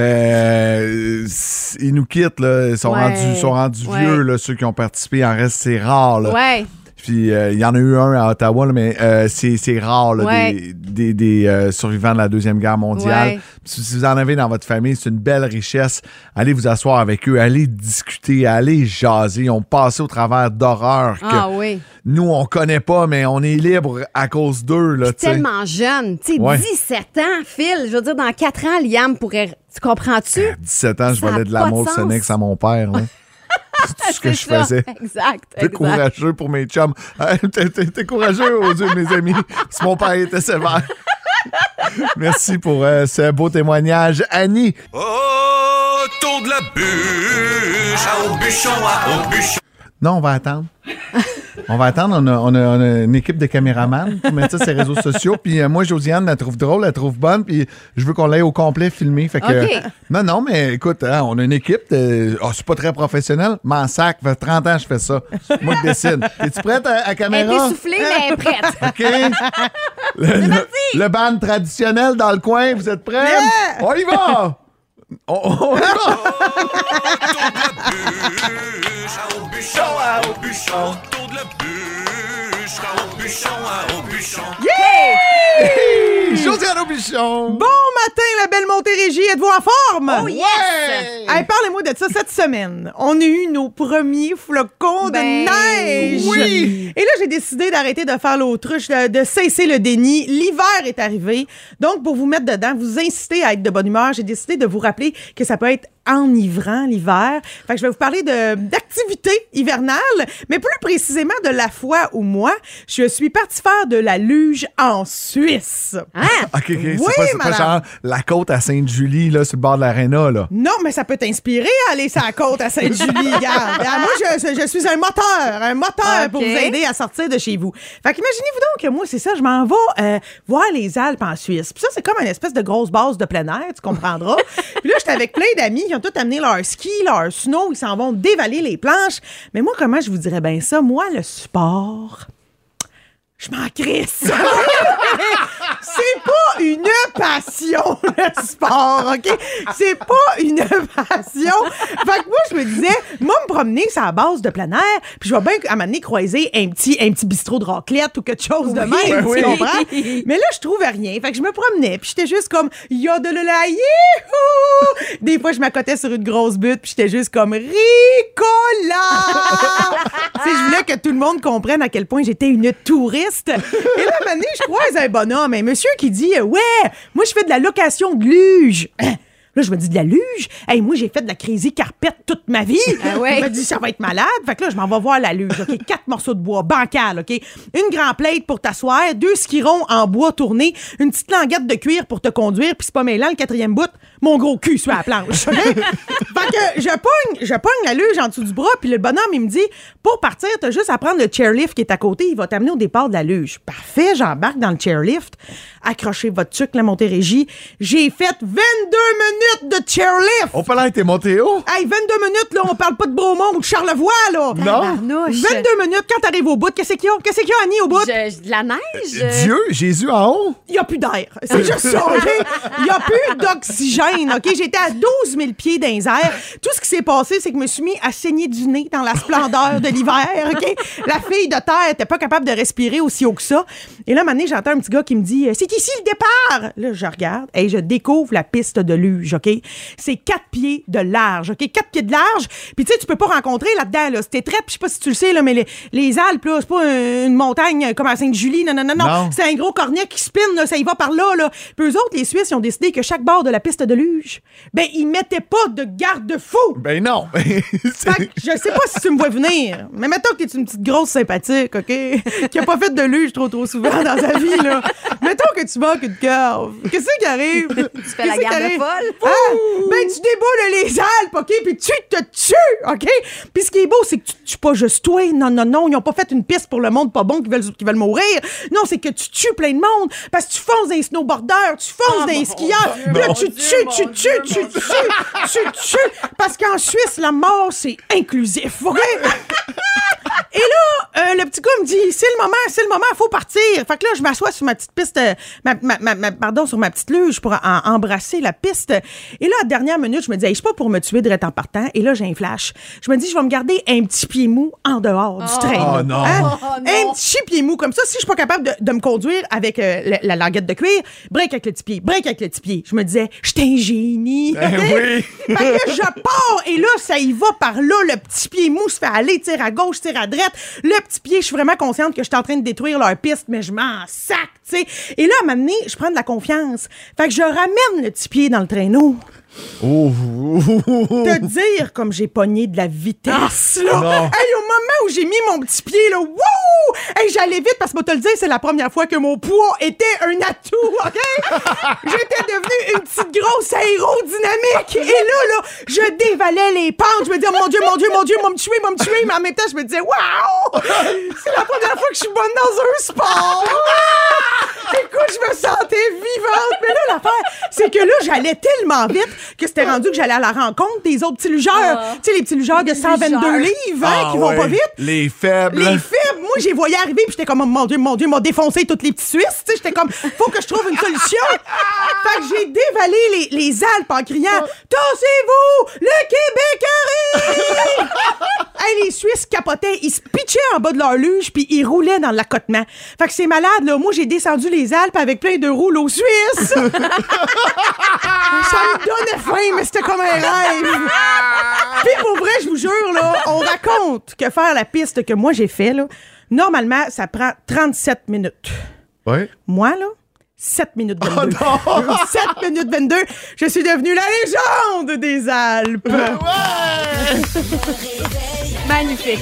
ils nous quittent, là. Ils sont rendus vieux, là, ceux qui ont participé. Il en reste, c'est rare, là. Ouais. Puis, il y en a eu un à Ottawa, là, mais c'est rare, là, des survivants de la Deuxième Guerre mondiale. Ouais. Si vous en avez dans votre famille, c'est une belle richesse. Allez vous asseoir avec eux, allez discuter, allez jaser. Ils ont passé au travers d'horreurs que nous, on connaît pas, mais on est libre à cause d'eux. Là, tellement jeune. Tu sais, 17 ans, Phil. Je veux dire, dans 4 ans, Liam pourrait... Tu comprends-tu? À 17 ans, je volais de l'amour de Senex à mon père, là. C'est tout ce que je faisais. Exact. T'es courageux pour mes chums. T'es courageux aux yeux de mes amis. Si mon père était sévère. Merci pour ce beau témoignage. Annie. Autour de la bûche, au bûchon. Non, on va attendre. On va attendre. On a une équipe de caméramans pour mettre ça sur les réseaux sociaux. Puis moi, Josiane, la trouve drôle, la trouve bonne. Puis je veux qu'on l'aille au complet filmé. Fait que, non, mais écoute, on a une équipe. C'est pas très professionnel. M'en sac. Ça fait 30 ans que je fais ça. Moi qui décide. Es-tu prête à caméra? Elle est essoufflée, mais elle est prête. OK. Le band traditionnel dans le coin. Vous êtes prêts? Yeah! On y va! On y va! Yeah! Josiane Aubuchon! Bon matin, la belle Montérégie. Êtes-vous en forme? Oh yes! Hey, parlez-moi de ça. Cette semaine, on a eu nos premiers flocons de neige. Oui! Et là, j'ai décidé d'arrêter de faire l'autruche, de cesser le déni. L'hiver est arrivé. Donc, pour vous mettre dedans, vous inciter à être de bonne humeur, j'ai décidé de vous rappeler que ça peut être enivrant l'hiver. Fait que je vais vous parler d'activités hivernales, mais plus précisément de la fois où moi, je suis partie faire de la luge en Suisse. OK. Oui, c'est pas genre la côte à Sainte-Julie, là, sur le bord de l'aréna, là. Non, mais ça peut t'inspirer à aller sur la côte à Sainte-Julie. Regarde. Moi, je suis un moteur pour vous aider à sortir de chez vous. Fait qu'imaginez-vous donc que moi, c'est ça, je m'en vais voir les Alpes en Suisse. Puis ça, c'est comme une espèce de grosse base de plein air, tu comprendras. Puis là, j'étais avec plein d'amis qui ont tous amené leur ski, leur snow, ils s'en vont dévaler les planches. Mais moi, comment je vous dirais bien ça? Moi, le sport, Je m'en crisse. C'est pas une passion, le sport, OK? C'est pas une passion. Fait que moi, je me disais, moi, me promener, c'est à la base de plein air, puis je vais bien, à un moment donné, croiser un petit bistrot de raclette ou quelque chose de même, tu comprends? Mais là, je trouvais rien. Fait que je me promenais, puis j'étais juste comme, yodelala, youhou! Des fois, je m'accotais sur une grosse butte, puis j'étais juste comme, Ricola! Tu sais, je voulais que tout le monde comprenne à quel point j'étais une touriste. Et là, à un moment donné, je croise un bonhomme, un monsieur qui dit « Ouais, moi, je fais de la location de luge. » Là, je me dis, de la luge? Hey, moi, j'ai fait de la crazy carpette toute ma vie. Ah ouais? Je me dis, ça va être malade. Fait que là, je m'en vais voir la luge. OK? 4 morceaux de bois, bancal, OK? Une grande plate pour t'asseoir, 2 skirons en bois tourné, une petite languette de cuir pour te conduire, puis c'est pas mêlant, le 4e bout, mon gros cul sur la planche. OK? Fait que je pogne la luge en dessous du bras, puis le bonhomme, il me dit, pour partir, t'as juste à prendre le chairlift qui est à côté, il va t'amener au départ de la luge. Parfait, j'embarque dans le chairlift. Accrochez votre tuque, la Montérégie. J'ai fait 22 minutes de chairlift. On parlait, t'es monté haut? Hey, 22 minutes, là, on parle pas de Bromont ou de Charlevoix, là. Non. 22 minutes, quand t'arrives au bout, qu'est-ce qu'il y a? Qu'est-ce qu'il y a, Annie, au bout? De la neige. Dieu, Jésus en haut? Il n'y a plus d'air. C'est juste ça, OK? Il n'y a plus d'oxygène, OK? J'étais à 12 000 pieds dans les airs. Tout ce qui s'est passé, c'est que je me suis mis à saigner du nez dans la splendeur de l'hiver, OK? La fille de terre n'était pas capable de respirer aussi haut que ça. Et là, un moment donné, j'entends un petit gars qui me dit « C'est ici le départ! » Là, je regarde et je découvre la piste de luge, OK? C'est 4 pieds de large, OK? 4 pieds de large. Puis tu sais, tu peux pas rencontrer là-dedans, là. C'était très, je sais pas si tu le sais, là, mais les Alpes, là, c'est pas une montagne comme à Sainte-Julie, non. C'est un gros cornet qui spinne, là, ça y va par là, là. Puis eux autres, les Suisses, ils ont décidé que chaque bord de la piste de luge, ben, ils mettaient pas de garde-fou. Ben non. Fait que je sais pas si tu me vois venir, mais mettons que t'es une petite grosse sympathique, OK? Qui a pas fait de luge trop souvent dans sa vie, là. Mettons que tu manques une curve. Qu'est-ce qui arrive? Tu fais la garde folle. Ah, ben, tu déboules les Alpes, OK? Puis tu te tues, OK? Puis ce qui est beau, c'est que tu tues pas juste toi. Non. Ils ont pas fait une piste pour le monde pas bon qui veulent mourir. Non, c'est que tu tues plein de monde. Parce que tu fonces dans les snowboarders, tu fonces dans les skieurs. Puis là, tu tues. Parce qu'en Suisse, la mort, c'est inclusif, OK? Et là, le petit gars me dit, c'est le moment, faut partir. Fait que là, je m'assois sur ma petite piste, sur ma petite luge pour embrasser la piste. Et là, à la dernière minute, je me dis, hey, je suis pas pour me tuer direct en partant. Et là, j'ai un flash. Je me dis, je vais me garder un petit pied mou en dehors du train. Oh non. Un petit pied mou comme ça. Si je suis pas capable de me conduire avec la languette de cuir, break avec le petit pied. Je me disais, j'étais un génie. Oui. Fait que je pars et là, ça y va par là. Le petit pied mou se fait aller, tire à gauche, tire à droite. Le petit pied, je suis vraiment consciente que je suis en train de détruire leur piste, mais je m'en sac, tu sais. Et là, à un moment donné, je prends de la confiance. Fait que je ramène le petit pied dans le traîneau. Te dire comme j'ai pogné de la vitesse, là. Non. Hey, au moment où j'ai mis mon petit pied, là, wouh! Hey, j'allais vite parce que, moi, te le dire, c'est la première fois que mon poids était un atout, OK? J'étais devenue une petite grosse aérodynamique. Et là, je dévalais les pentes. Je me disais, oh, mon Dieu, il va me tuer. Mais en même temps, je me disais, waouh! C'est la première fois que je suis bonne dans un sport! Écoute, je me sentais vivante. Mais là, l'affaire, c'est que là, j'allais tellement vite que c'était rendu que j'allais à la rencontre des autres petits lugeurs. Tu sais, les petits lugeurs de 122 livres, qui vont pas vite. Les faibles. Moi, j'ai voyé arriver, puis j'étais comme, oh, mon Dieu, m'a défoncé toutes les petits Suisses. Tu sais, j'étais comme, faut que je trouve une solution. Fait que j'ai dévalé les Alpes en criant, tassez-vous, le Québec arrive! Hey, les Suisses capotaient, ils se pitchaient en bas de leur luge, puis ils roulaient dans l'accotement. Fait que c'est malade, là. Moi, j'ai descendu les Alpes avec plein de rouleaux suisses. Ça me donnait faim, mais c'était comme un rêve. Puis pour vrai, je vous jure, là, on raconte que faire la piste que moi j'ai fait, là, normalement, ça prend 37 minutes. Oui. Moi, là, 7 minutes 22. Oh non! 7 minutes 22, je suis devenue la légende des Alpes. Ouais! Magnifique.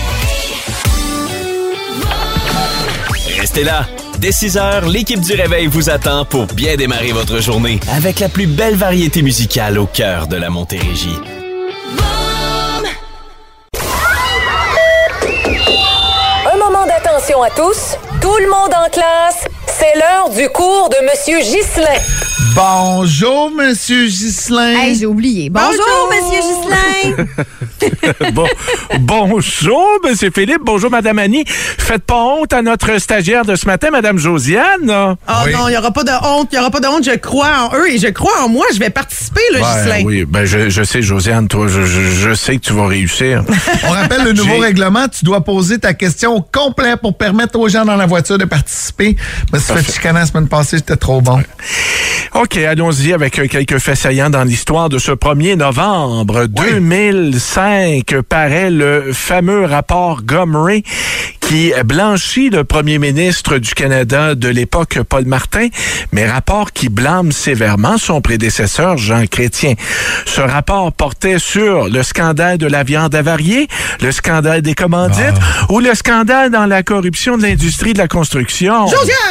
Restez là. Dès 6 heures, l'équipe du Réveil vous attend pour bien démarrer votre journée avec la plus belle variété musicale au cœur de la Montérégie. Un moment d'attention à tous. Tout le monde en classe. C'est l'heure du cours de Monsieur Ghislain. Bonjour, Monsieur Ghislain. Hey, j'ai oublié. Bonjour, Monsieur Ghislain. Bonjour, M. Philippe. Bonjour, Mme Annie. Faites pas honte à notre stagiaire de ce matin, Mme Josiane. Non, il n'y aura pas de honte. Il n'y aura pas de honte. Je crois en eux et je crois en moi. Je vais participer, Ghislain. Oui, je sais, Josiane, toi, je sais que tu vas réussir. On rappelle le nouveau règlement. Tu dois poser ta question au complet pour permettre aux gens dans la voiture de participer. Mais si tu fais chicaner la semaine passée, j'étais trop bon. OK, allons-y avec quelques faits saillants dans l'histoire de ce 1er novembre 2005. Paraît le fameux rapport Gomery qui blanchit le premier ministre du Canada de l'époque, Paul Martin, mais rapport qui blâme sévèrement son prédécesseur, Jean Chrétien. Ce rapport portait sur le scandale de la viande avariée, le scandale des commandites ou le scandale dans la corruption de l'industrie de la construction.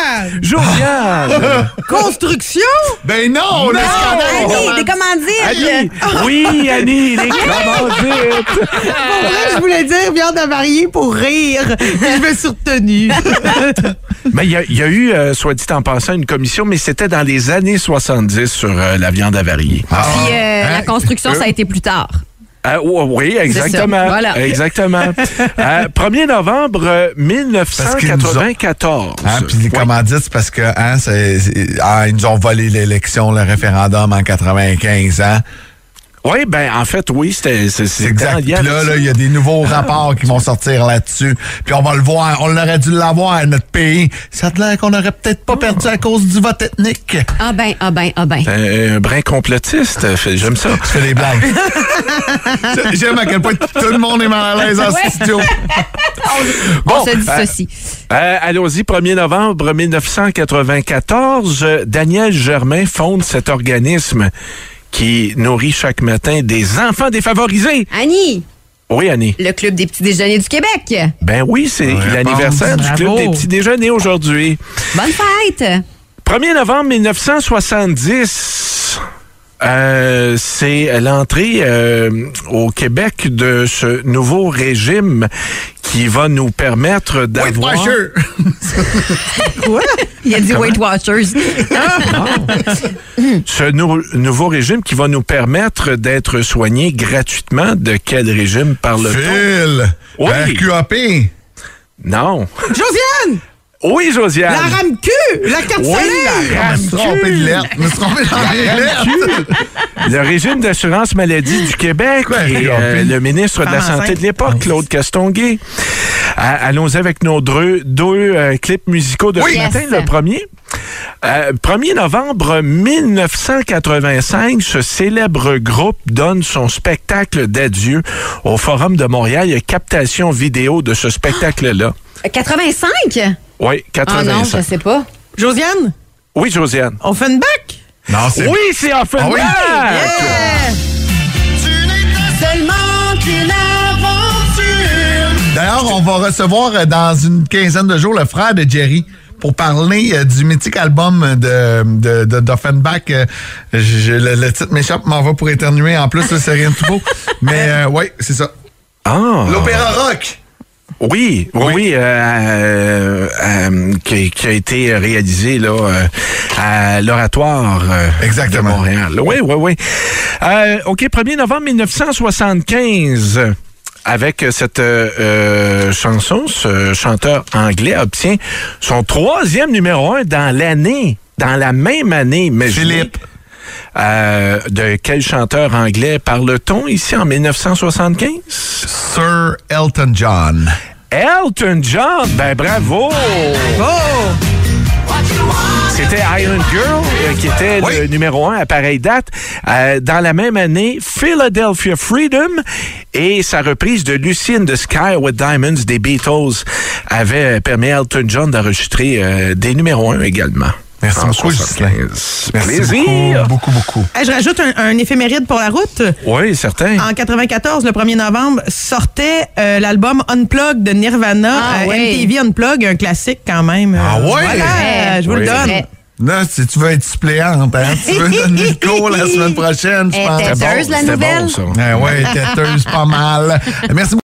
Josiane! Construction? Ben non! Le scandale! Annie, des commandites! Annie! Oui, Annie, les commandites! Pour vrai, je voulais dire viande avariée pour rire. Je me suis retenue. Mais il y a eu, soit dit en passant, une commission, mais c'était dans les années 70 sur la viande avariée. Puis la construction, ça a été plus tard. Oui, exactement. Voilà. Exactement. 1er novembre 1994. Puis les commandites, c'est parce que ils nous ont volé l'élection, le référendum en 95, Oui, ben en fait, oui, c'est exact. Puis là, il y a des nouveaux rapports qui vont sortir là-dessus. Puis on va le voir. On aurait dû l'avoir, notre pays. Ça a l'air qu'on aurait peut-être pas perdu à cause du vote ethnique. Ah ben. Un brin complotiste. J'aime ça. Je fais des blagues. J'aime à quel point tout le monde est mal à l'aise en studio. On se dit ceci. Allons-y, 1er novembre 1994, Daniel Germain fonde cet organisme qui nourrit chaque matin des enfants défavorisés. Annie! Oui, Annie. Le Club des petits déjeuners du Québec. Ben oui, c'est l'anniversaire du Club des petits déjeuners aujourd'hui. Bonne fête! 1er novembre 1970, c'est l'entrée au Québec de ce nouveau régime qui va nous permettre d'avoir... Weight Watcher! Quoi? Il a dit Weight Watchers. Ce nouveau régime qui va nous permettre d'être soignés gratuitement. De quel régime parle-t-on? Phil! Oui. RQAP! Non. Josiane! Oui, Josiane. La RAMQ! La carte solaire! Je me suis trompé de lettre. Je me suis trompé dans les lettres. Le régime d'assurance maladie du Québec et le ministre de la Santé de l'époque, Claude Castonguay. Allons-y avec nos deux clips musicaux de ce matin. Le premier. 1er novembre 1985, ce célèbre groupe donne son spectacle d'adieu au Forum de Montréal. Il y a captation vidéo de ce spectacle-là. 85? Oui, 85. Ah non, je sais pas. Josiane? Oui, Josiane. Offenbach? Non, c'est... Oui, c'est Offenbach! oui? Seulement qu'une aventure. D'ailleurs, on va recevoir dans une quinzaine de jours le frère de Jerry pour parler du mythique album d'Offenbach. Le titre m'échappe, m'en va pour éternuer. En plus, là, c'est rien de tout beau. Mais oui, c'est ça. Ah! L'opéra rock! Oui, qui a été réalisé là à l'Oratoire de Montréal. Oui. OK, 1er novembre 1975. Avec cette chanson, ce chanteur anglais obtient son 3e numéro 1 dans la même année. Mais Philippe. De quel chanteur anglais parle-t-on ici en 1975? Sir Elton John. Elton John, ben bravo! C'était Iron Girl qui était le numéro 1 à pareille date. Dans la même année, Philadelphia Freedom et sa reprise de Lucy in the Sky with Diamonds des Beatles avait permis à Elton John d'enregistrer des numéros 1 également. Merci beaucoup, Ghislain. Plaisir. Beaucoup. Je rajoute un éphéméride pour la route. Oui, certain. En 94, le 1er novembre, sortait l'album Unplugged de Nirvana, MTV Unplugged, un classique quand même. Ah ouais? Voilà, je vous le donne. Là, si tu veux être suppléante, tu veux donner le cours la semaine prochaine, je pense. Têteuse, la nouvelle. Bon, ça. Oui, têteuse, pas mal. Merci beaucoup.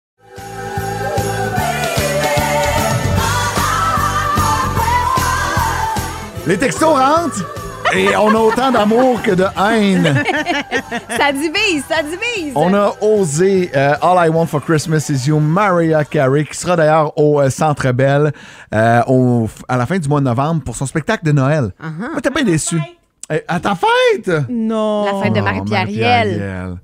Les textos rentrent. Et on a autant d'amour que de haine. Ça divise, ça divise. On a osé All I Want for Christmas Is You, Mariah Carey, qui sera d'ailleurs au Centre Bell à la fin du mois de novembre pour son spectacle de Noël. Moi, t'es pas déçu. À ta fête? Non. La fête de Marie-Pierre Riel.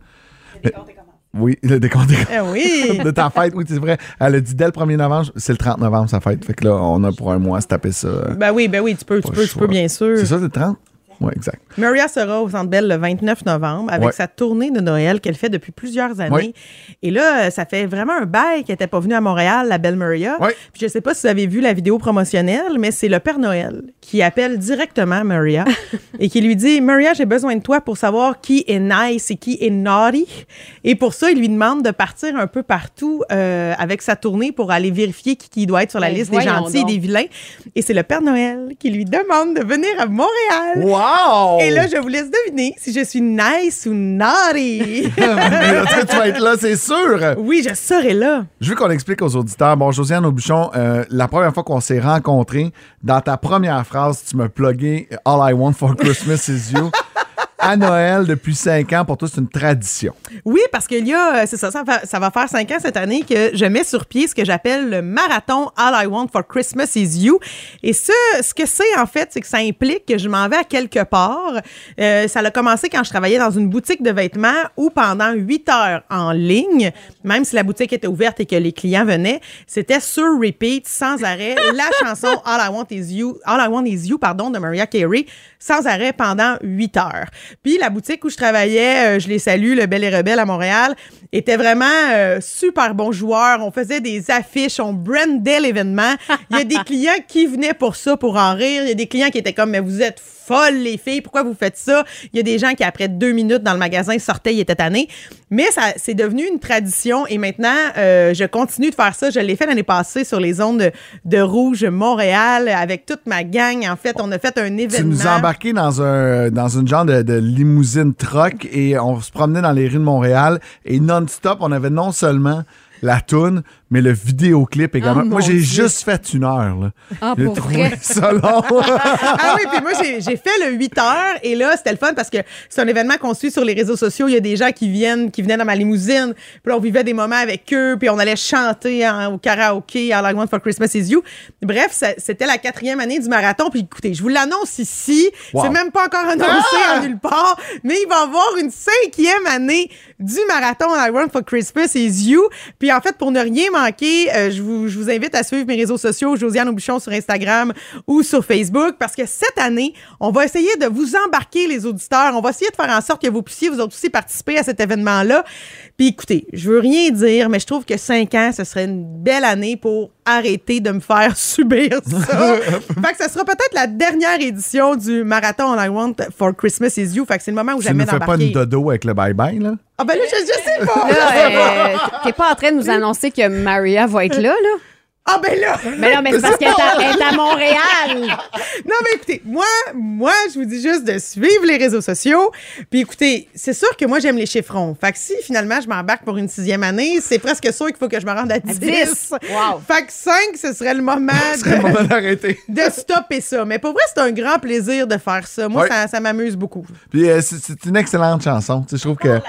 Oui, le décompte oui. de ta fête, oui, c'est vrai. Elle a dit dès le 1er novembre, c'est le 30 novembre sa fête. Fait que là, on a pour un mois à se taper ça. Ben oui, tu peux bien sûr. C'est ça, c'est le 30? Oui, exact. Mariah sera au Centre Bell le 29 novembre avec sa tournée de Noël qu'elle fait depuis plusieurs années. Ouais. Et là, ça fait vraiment un bail qu'elle n'était pas venue à Montréal, la belle Mariah. Ouais. Puis je ne sais pas si vous avez vu la vidéo promotionnelle, mais c'est le Père Noël qui appelle directement Mariah et qui lui dit « Mariah, j'ai besoin de toi pour savoir qui est nice et qui est naughty. » Et pour ça, il lui demande de partir un peu partout avec sa tournée pour aller vérifier qui doit être sur la liste des gentils et des vilains. Et c'est le Père Noël qui lui demande de venir à Montréal. Wow! Et là, je vous laisse deviner si je suis nice ou naughty. Mais là, tu vas être là, c'est sûr. Oui, je serai là. Je veux qu'on explique aux auditeurs. Bon, Josiane Aubuchon, la première fois qu'on s'est rencontrés, dans ta première phrase, tu m'as plugué All I Want for Christmas Is You. À Noël, depuis 5 ans, pour toi, c'est une tradition. Oui, parce qu'il y a, c'est ça va faire 5 ans cette année que je mets sur pied ce que j'appelle le marathon All I Want for Christmas Is You. Et ce que c'est, en fait, c'est que ça implique que je m'en vais à quelque part. Ça a commencé quand je travaillais dans une boutique de vêtements où pendant 8 heures en ligne, même si la boutique était ouverte et que les clients venaient, c'était sur repeat, sans arrêt, la chanson All I Want Is You, de Mariah Carey, sans arrêt pendant 8 heures. Puis la boutique où je travaillais, je les salue, le Bel et Rebelle à Montréal, était vraiment super bons joueurs. On faisait des affiches, on brandait l'événement. Il y a des clients qui venaient pour ça, pour en rire. Il y a des clients qui étaient comme « Mais vous êtes folles, les filles, pourquoi vous faites ça? » Il y a des gens qui, après 2 minutes dans le magasin, sortaient, ils étaient tannés. Mais ça, c'est devenu une tradition et maintenant, je continue de faire ça. Je l'ai fait l'année passée sur les ondes de Rouge Montréal avec toute ma gang. En fait, on a fait un événement. Tu nous as embarqué dans une genre de limousine truck et on se promenait dans les rues de Montréal et non-stop, on avait non seulement la toune, mais le vidéoclip également. Moi, j'ai juste fait 1 heure. Là. Ah, j'ai pour trouvé vrai? ça long. Ah oui, puis moi, j'ai fait le 8 heures et là, c'était le fun parce que c'est un événement qu'on suit sur les réseaux sociaux. Il y a des gens qui venaient dans ma limousine. Puis là, on vivait des moments avec eux, puis on allait chanter au karaoké All I Want for Christmas Is You. Bref, c'était la 4e année du marathon. Puis écoutez, je vous l'annonce ici. Wow. C'est même pas encore annoncé en nulle part, mais il va y avoir une 5e année du marathon All I Want for Christmas Is You. Puis en fait, pour ne rien manquer, je vous invite à suivre mes réseaux sociaux, Josiane Aubuchon sur Instagram ou sur Facebook, parce que cette année, on va essayer de vous embarquer, les auditeurs. On va essayer de faire en sorte que vous puissiez vous autres aussi participer à cet événement-là. Puis écoutez, je veux rien dire, mais je trouve que 5 ans, ce serait une belle année pour arrêter de me faire subir ça. Fait que ça sera peut-être la dernière édition du marathon All I Want for Christmas Is You. Fait que c'est le moment où j'aime d'embarquer. Tu ne fais pas une dodo avec le bye-bye, là? Ah ben là, je sais pas. Là, t'es pas en train de nous annoncer que Maria va être là? Ah ben là! Mais non, mais c'est parce qu'elle est à Montréal. Non, mais écoutez, moi, je vous dis juste de suivre les réseaux sociaux. Puis écoutez, c'est sûr que moi, j'aime les chiffrons. Fait que si finalement, je m'embarque pour une 6e année, c'est presque sûr qu'il faut que je me rende à 10. Wow. Fait que 5, ce serait le moment d'arrêter. De stopper ça. Mais pour vrai, c'est un grand plaisir de faire ça. Moi, ça m'amuse beaucoup. Puis c'est une excellente chanson. Tu sais, je trouve que...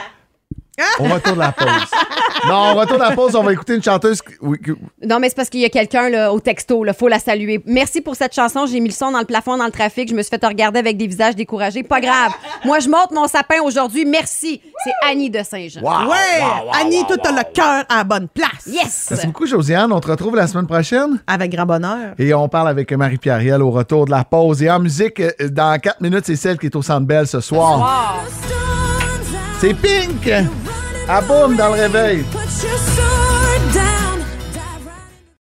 On retourne la pause. Non, on retourne la pause. On va écouter une chanteuse. Non, mais c'est parce qu'il y a quelqu'un là, au texto. Il faut la saluer. Merci pour cette chanson. J'ai mis le son dans le plafond, dans le trafic. Je me suis fait regarder avec des visages découragés. Pas grave. Moi, je monte mon sapin aujourd'hui. Merci. C'est Annie de Saint-Jean. Wow, Annie, tout a le cœur à la bonne place. Yes! Merci beaucoup, Josiane. On te retrouve la semaine prochaine. Avec grand bonheur. Et on parle avec Marie-Pierre Riel au retour de la pause. Et en musique, dans 4 minutes, c'est celle qui est au Centre Bell ce soir. C'est Pink! À boum dans le réveil.